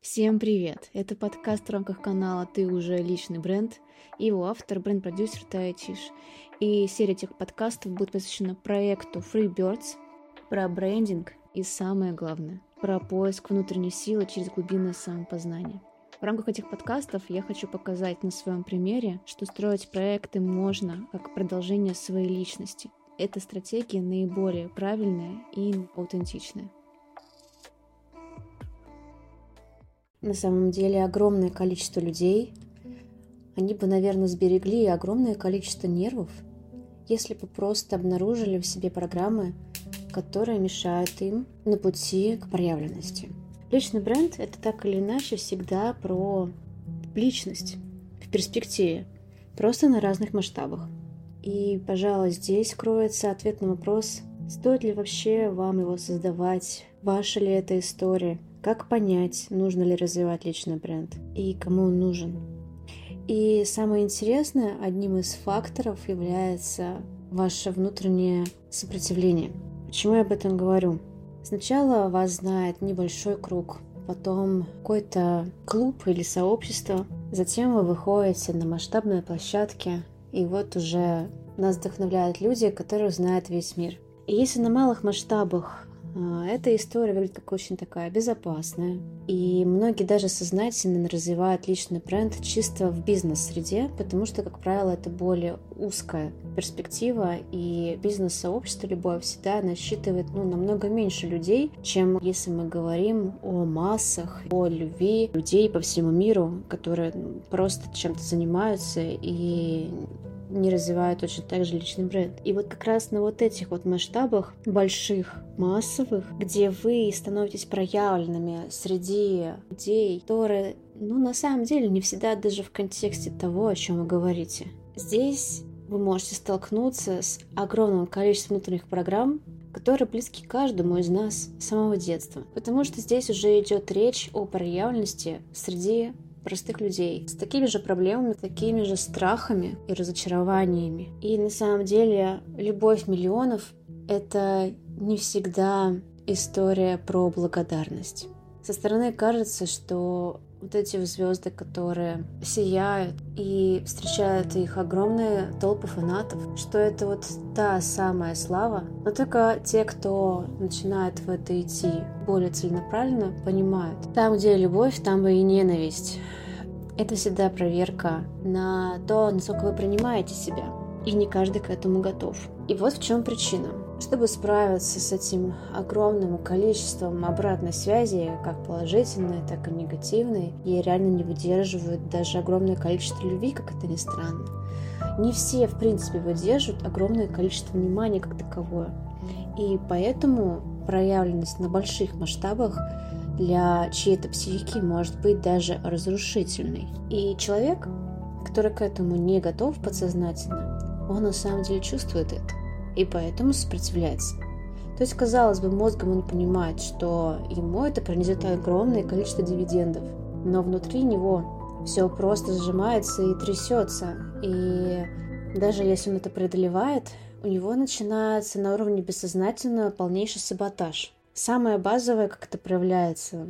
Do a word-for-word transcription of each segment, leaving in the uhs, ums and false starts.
Всем привет! Это подкаст в рамках канала «Ты уже личный бренд» и его автор, бренд-продюсер Тая Чиш. И серия этих подкастов будет посвящена проекту Freebirds про брендинг и, самое главное, про поиск внутренней силы через глубинное самопознание. В рамках этих подкастов я хочу показать на своем примере, что строить проекты можно как продолжение своей личности. Эта стратегия наиболее правильная и аутентичная. На самом деле огромное количество людей, они бы, наверное, сберегли огромное количество нервов, если бы просто обнаружили в себе программы, которые мешают им на пути к проявленности. Личный бренд — это так или иначе всегда про личность в перспективе, просто на разных масштабах. И, пожалуй, здесь кроется ответ на вопрос, стоит ли вообще вам его создавать, ваша ли эта история, как понять, нужно ли развивать личный бренд и кому он нужен. И самое интересное, одним из факторов является ваше внутреннее сопротивление. Почему я об этом говорю? Сначала вас знает небольшой круг, потом какой-то клуб или сообщество, затем вы выходите на масштабные площадки, и вот уже нас вдохновляют люди, которые знают весь мир. И если на малых масштабах эта история выглядит как очень такая безопасная. И многие даже сознательно развивают личный бренд чисто в бизнес-среде, потому что, как правило, это более узкая перспектива, и бизнес-сообщество любое всегда насчитывает ну, намного меньше людей, чем если мы говорим о массах, о любви людей по всему миру, которые просто чем-то занимаются и не развивают точно так же личный бренд. И вот как раз на вот этих вот масштабах больших, массовых, где вы становитесь проявленными среди людей, которые, ну, на самом деле не всегда даже в контексте того, о чем вы говорите. Здесь вы можете столкнуться с огромным количеством внутренних программ, которые близки каждому из нас с самого детства. Потому что здесь уже идет речь о проявленности среди простых людей с такими же проблемами, такими же страхами и разочарованиями. И на самом деле любовь миллионов — это не всегда история про благодарность. Со стороны кажется, что вот эти звезды, которые сияют и встречают их огромные толпы фанатов, что это вот та самая слава. Но только те, кто начинает в это идти более целенаправленно, понимают. Там, где любовь, там и ненависть. Это всегда проверка на то, насколько вы принимаете себя. И не каждый к этому готов. И вот в чем причина. Чтобы справиться с этим огромным количеством обратной связи, как положительной, так и негативной, ей реально не выдерживают даже огромное количество любви, как это ни странно. Не все, в принципе, выдерживают огромное количество внимания как таковое. И поэтому проявленность на больших масштабах для чьей-то психики может быть даже разрушительной. И человек, который к этому не готов подсознательно, он на самом деле чувствует это. И поэтому сопротивляется. То есть, казалось бы, мозгом он понимает, что ему это принесет огромное количество дивидендов. Но внутри него все просто сжимается и трясется. И даже если он это преодолевает, у него начинается на уровне бессознательного полнейший саботаж. Самое базовое, как это проявляется,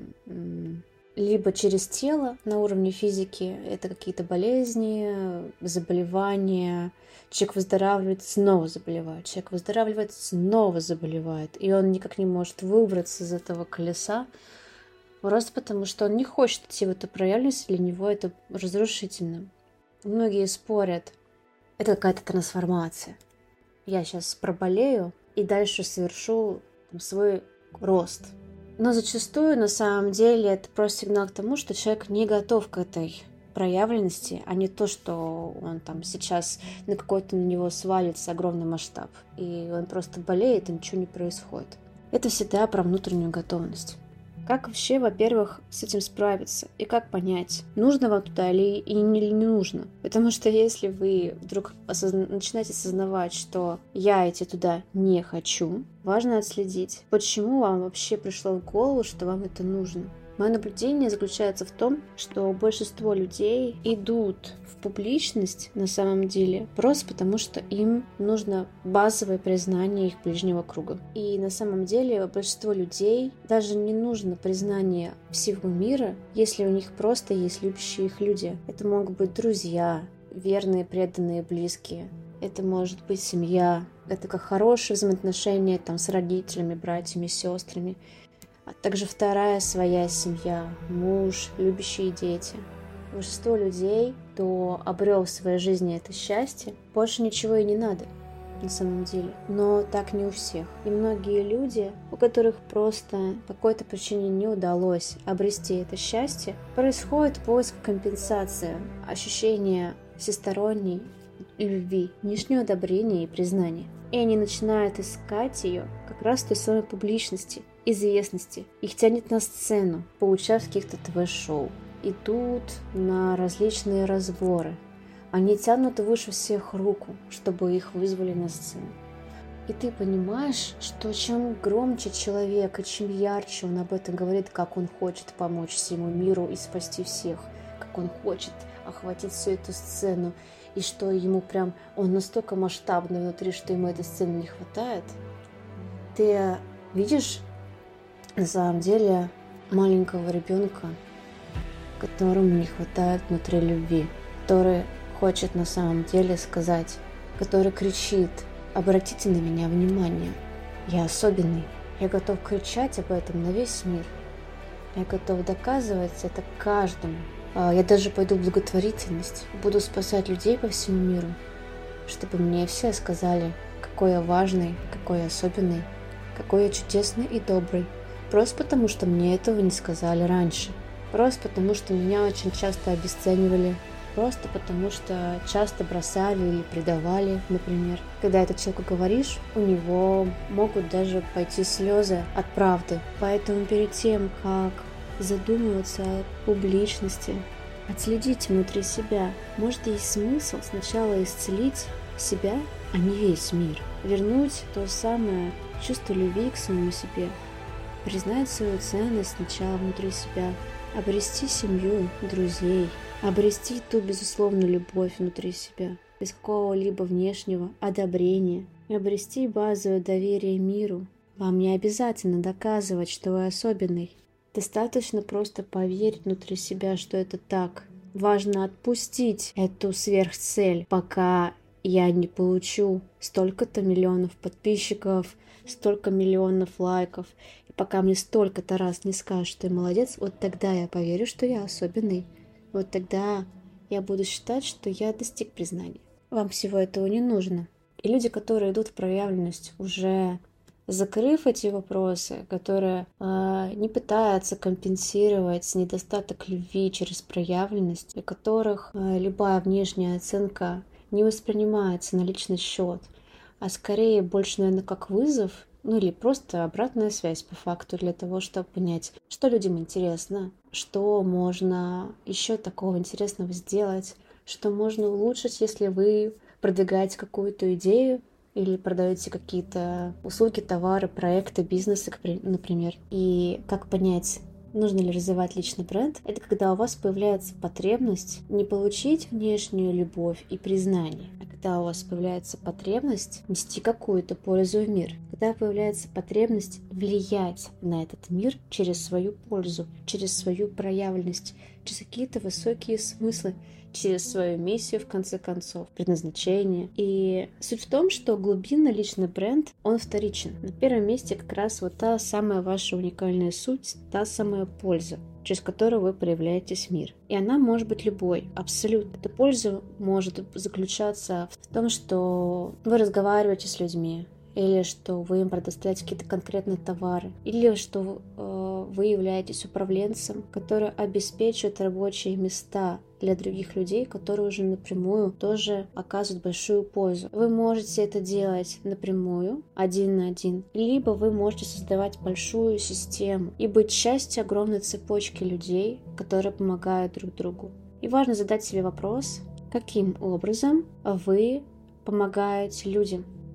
либо через тело на уровне физики, это какие-то болезни, заболевания. Человек выздоравливает, снова заболевает. Человек выздоравливает, снова заболевает. И он никак не может выбраться из этого колеса, просто потому что он не хочет идти в эту проявленность, для него это разрушительно. Многие спорят, это какая-то трансформация. Я сейчас проболею и дальше совершу там, свой рост. Но зачастую, на самом деле, это просто сигнал к тому, что человек не готов к этой проявленности, а не то, что он там сейчас на какой-то на него свалится огромный масштаб, и он просто болеет, и ничего не происходит. Это всегда про внутреннюю готовность. Как вообще, во-первых, с этим справиться? И как понять, нужно вам туда или и не, не нужно? Потому что если вы вдруг осозна- начинаете осознавать, что я идти туда не хочу, важно отследить, почему вам вообще пришло в голову, что вам это нужно. Мое наблюдение заключается в том, что большинство людей идут в публичность на самом деле просто потому, что им нужно базовое признание их ближнего круга. И на самом деле большинство людей даже не нужно признание всего мира, если у них просто есть любящие их люди. Это могут быть друзья, верные, преданные, близкие. Это может быть семья. Это как хорошие взаимоотношения там, с родителями, братьями, сестрами. А также вторая своя семья, муж, любящие дети. Большинство людей, кто обрел в своей жизни это счастье, больше ничего и не надо на самом деле. Но так не у всех. И многие люди, у которых просто по какой-то причине не удалось обрести это счастье, происходит поиск компенсации, ощущение всесторонней любви, внешнего одобрения и признания. И они начинают искать ее как раз в той самой публичности, известности. Их тянет на сцену, поучаствовать в каких-то ТВ-шоу. Идут на различные разборы. Они тянут выше всех руку, чтобы их вызвали на сцену. И ты понимаешь, что чем громче человек, и чем ярче он об этом говорит, как он хочет помочь всему миру и спасти всех, как он хочет охватить всю эту сцену, и что ему прям, он настолько масштабный внутри, что ему этой сцены не хватает. Ты видишь, на самом деле, маленького ребенка, которому не хватает внутри любви, который хочет на самом деле сказать, который кричит: обратите на меня внимание, я особенный, я готов кричать об этом на весь мир, я готов доказывать это каждому. Я даже пойду в благотворительность, буду спасать людей по всему миру, чтобы мне все сказали, какой я важный, какой я особенный, какой я чудесный и добрый. Просто потому, что мне этого не сказали раньше. Просто потому, что меня очень часто обесценивали. Просто потому, что часто бросали или предавали, например. Когда это человеку говоришь, у него могут даже пойти слезы от правды. Поэтому перед тем, как задумываться о публичности, отследить внутри себя, может, есть смысл сначала исцелить себя, а не весь мир. Вернуть то самое чувство любви к самому себе. Признать свою ценность сначала внутри себя, обрести семью, друзей, обрести ту безусловную любовь внутри себя, без какого-либо внешнего одобрения, и обрести базовое доверие миру. Вам не обязательно доказывать, что вы особенный. Достаточно просто поверить внутри себя, что это так. Важно отпустить эту сверхцель, пока я не получу столько-то миллионов подписчиков, столько миллионов лайков, и пока мне столько-то раз не скажут, что я молодец, вот тогда я поверю, что я особенный. Вот тогда я буду считать, что я достиг признания. Вам всего этого не нужно. И люди, которые идут в проявленность, уже закрыв эти вопросы, которые э, не пытаются компенсировать недостаток любви через проявленность, для которых э, любая внешняя оценка не воспринимается на личный счет, а скорее больше, наверное, как вызов, ну или просто обратная связь по факту для того, чтобы понять, что людям интересно, что можно еще такого интересного сделать, что можно улучшить, если вы продвигаете какую-то идею или продаете какие-то услуги, товары, проекты, бизнесы, например. И как понять, нужно ли развивать личный бренд? Это когда у вас появляется потребность не получить внешнюю любовь и признание, а когда у вас появляется потребность нести какую-то пользу в мир, когда появляется потребность влиять на этот мир через свою пользу, через свою проявленность, через какие-то высокие смыслы, через свою миссию, в конце концов, предназначение. И суть в том, что глубинный личный бренд, он вторичен. На первом месте как раз вот та самая ваша уникальная суть, та самая польза, через которую вы проявляетесь в мир. И она может быть любой, абсолютно. Эта польза может заключаться в том, что вы разговариваете с людьми, или что вы им предоставляете какие-то конкретные товары, или что э, вы являетесь управленцем, который обеспечивает рабочие места для других людей, которые уже напрямую тоже оказывают большую пользу. Вы можете это делать напрямую, один на один, либо вы можете создавать большую систему и быть частью огромной цепочки людей, которые помогают друг другу. И важно задать себе вопрос, каким образом вы помогаете людям.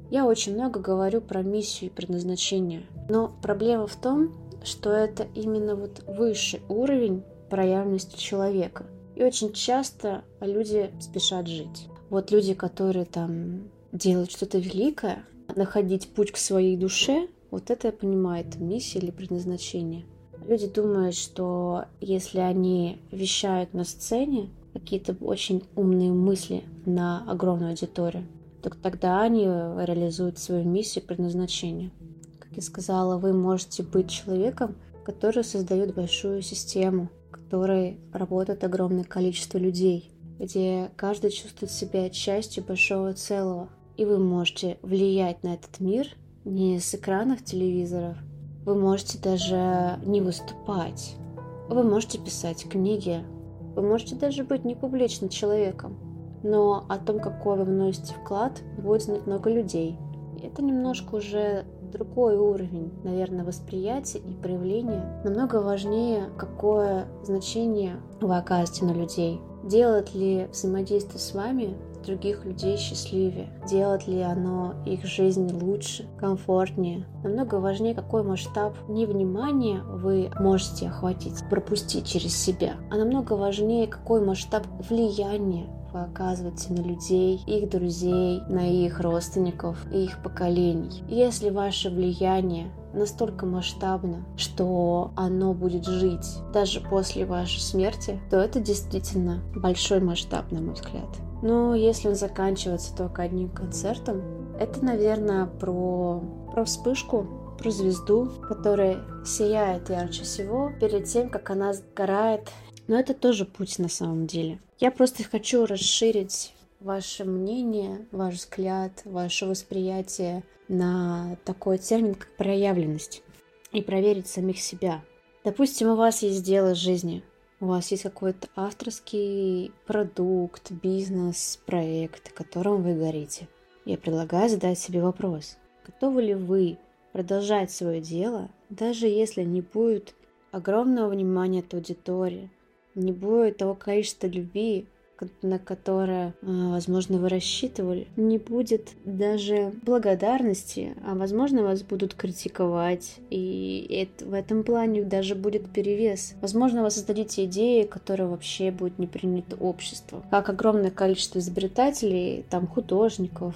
Я очень много говорю про миссию и предназначение. Но проблема в том, что это именно вот высший уровень проявленности человека. И очень часто люди спешат жить. Вот люди, которые там делают что-то великое, находить путь к своей душе, вот это я понимаю, это миссия или предназначение. Люди думают, что если они вещают на сцене какие-то очень умные мысли на огромную аудиторию, то тогда они реализуют свою миссию и предназначение. Как я сказала, вы можете быть человеком, который создает большую систему, в которой работает огромное количество людей, где каждый чувствует себя частью большого целого. И вы можете влиять на этот мир не с экранов телевизоров, вы можете даже не выступать, вы можете писать книги, вы можете даже быть не публичным человеком, но о том, какой вы вносите вклад, будет знать много людей. И это немножко уже другой уровень, наверное, восприятия и проявления. Намного важнее, какое значение вы оказываете на людей. Делает ли взаимодействие с вами других людей счастливее? Делает ли оно их жизнь лучше, комфортнее? Намного важнее, какой масштаб невнимания вы можете охватить, пропустить через себя, а намного важнее, какой масштаб влияния вы оказываете на людей, их друзей, на их родственников и их поколений. Если ваше влияние настолько масштабно, что оно будет жить даже после вашей смерти, то это действительно большой масштаб, на мой взгляд. Но если он заканчивается только одним концертом, это, наверное, про, про вспышку, про звезду, которая сияет ярче всего перед тем, как она сгорает. Но это тоже путь на самом деле. Я просто хочу расширить ваше мнение, ваш взгляд, ваше восприятие на такой термин, как проявленность, и проверить самих себя. Допустим, у вас есть дело жизни, у вас есть какой-то авторский продукт, бизнес, проект, которым вы горите. Я предлагаю задать себе вопрос: готовы ли вы продолжать свое дело, даже если не будет огромного внимания от аудитории, не будет того количества любви, на которое, возможно, вы рассчитывали, не будет даже благодарности, а, возможно, вас будут критиковать, и это, в этом плане даже будет перевес. Возможно, вы создадите идеи, которые вообще будут не приняты обществом. Как огромное количество изобретателей, там, художников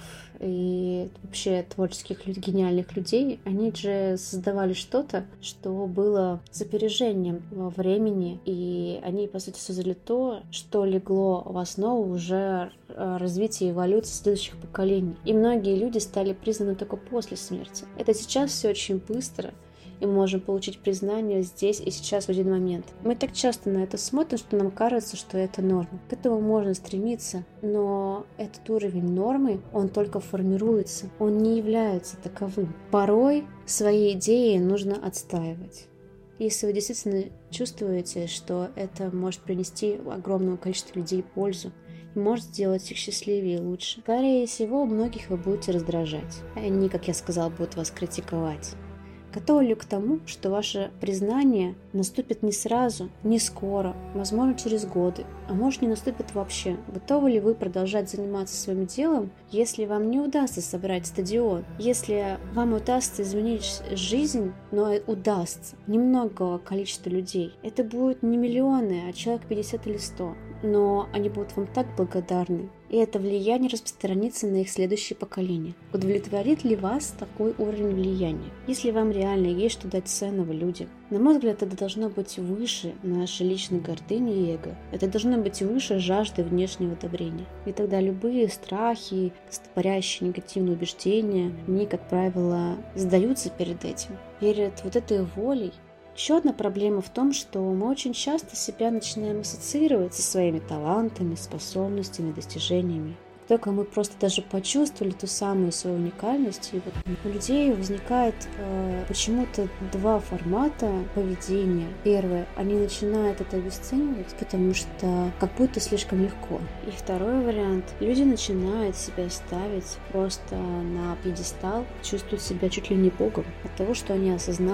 и вообще творческих, гениальных людей, они же создавали что-то, что было с опережением во времени, и они, по сути, создали то, что легло в основу уже развития и эволюции следующих поколений. И многие люди стали признаны только после смерти. Это сейчас все очень быстро, и мы можем получить признание здесь и сейчас в один момент. Мы так часто на это смотрим, что нам кажется, что это норма. К этому можно стремиться, но этот уровень нормы, он только формируется, он не является таковым. Порой свои идеи нужно отстаивать. Если вы действительно чувствуете, что это может принести огромному количеству людей пользу и может сделать их счастливее и лучше, скорее всего, многих вы будете раздражать. Они, как я сказала, будут вас критиковать. Готовы ли к тому, что ваше признание наступит не сразу, не скоро, возможно, через годы, а может, не наступит вообще? Готовы ли вы продолжать заниматься своим делом, если вам не удастся собрать стадион? Если вам удастся изменить жизнь, но удастся немного количества людей, это будут не миллионы, а человек пятьдесят или сто, но они будут вам так благодарны. И это влияние распространится на их следующее поколение. Удовлетворит ли вас такой уровень влияния? Если вам реально есть что дать ценного людям? На мой взгляд, это должно быть выше нашей личной гордыни и эго. Это должно быть выше жажды внешнего одобрения. И тогда любые страхи, стопорящие негативные убеждения, они, как правило, сдаются перед этим, перед вот этой волей. Еще одна проблема в том, что мы очень часто себя начинаем ассоциировать со своими талантами, способностями, достижениями. Как только мы просто даже почувствовали ту самую свою уникальность, и вот у людей возникает э, почему-то два формата поведения. Первое, они начинают это обесценивать, потому что как будто слишком легко. И второй вариант, люди начинают себя ставить просто на пьедестал, чувствуют себя чуть ли не богом от того, что они осознали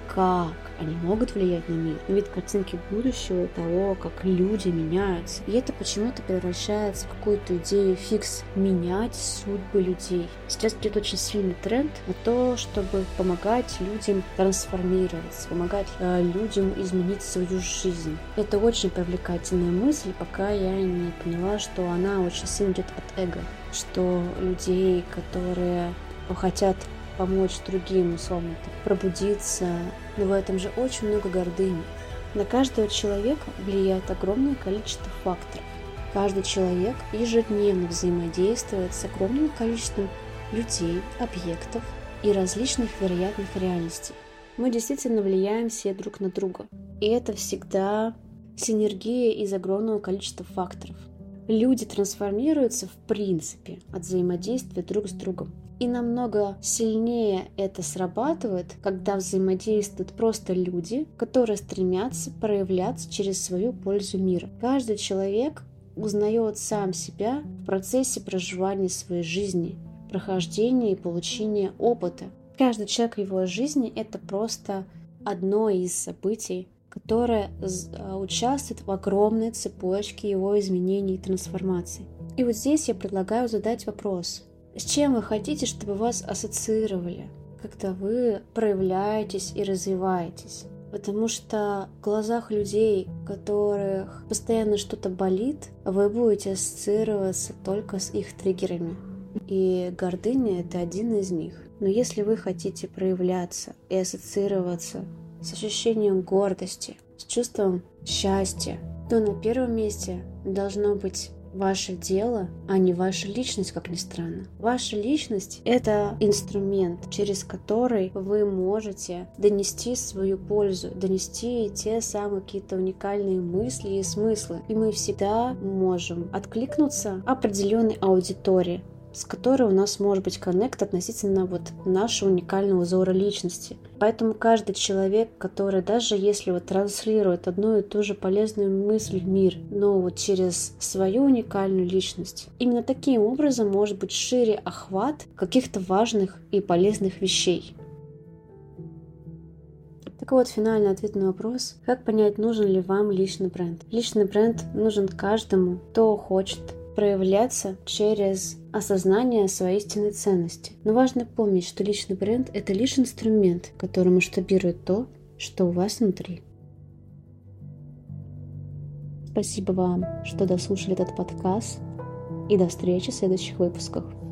как они могут влиять на мир, но вид картинки будущего того, как люди меняются. И это почему-то превращается в какую-то идею фикс менять судьбы людей. Сейчас идет очень сильный тренд на то, чтобы помогать людям трансформироваться, помогать э, людям изменить свою жизнь. Это очень привлекательная мысль, пока я не поняла, что она очень сильно идет от эго, что людей, которые хотят помочь другим, условно, пробудиться, но в этом же очень много гордыни. На каждого человека влияет огромное количество факторов. Каждый человек ежедневно взаимодействует с огромным количеством людей, объектов и различных вероятных реальностей. Мы действительно влияем все друг на друга. И это всегда синергия из огромного количества факторов. Люди трансформируются в принципе от взаимодействия друг с другом. И намного сильнее это срабатывает, когда взаимодействуют просто люди, которые стремятся проявляться через свою пользу мира. Каждый человек узнает сам себя в процессе проживания своей жизни, прохождения и получения опыта. Каждый человек в его жизни — это просто одно из событий, которое участвует в огромной цепочке его изменений и трансформаций. И вот здесь я предлагаю задать вопрос. С чем вы хотите, чтобы вас ассоциировали, когда вы проявляетесь и развиваетесь? Потому что в глазах людей, у которых постоянно что-то болит, вы будете ассоциироваться только с их триггерами. И гордыня — это один из них. Но если вы хотите проявляться и ассоциироваться с ощущением гордости, с чувством счастья, то на первом месте должно быть ваше дело, а не ваша личность, как ни странно. Ваша личность — это инструмент, через который вы можете донести свою пользу, донести те самые какие-то уникальные мысли и смыслы. И мы всегда можем откликнуться определенной аудитории, с которой у нас может быть коннект относительно вот нашего уникального узора личности. Поэтому каждый человек, который даже если вот транслирует одну и ту же полезную мысль в мир, но вот через свою уникальную личность, именно таким образом может быть шире охват каких-то важных и полезных вещей. Так вот, финальный ответ на вопрос: как понять, нужен ли вам личный бренд? Личный бренд нужен каждому, кто хочет проявляться через осознание своей истинной ценности. Но важно помнить, что личный бренд — это лишь инструмент, который масштабирует то, что у вас внутри. Спасибо вам, что дослушали этот подкаст, и до встречи в следующих выпусках.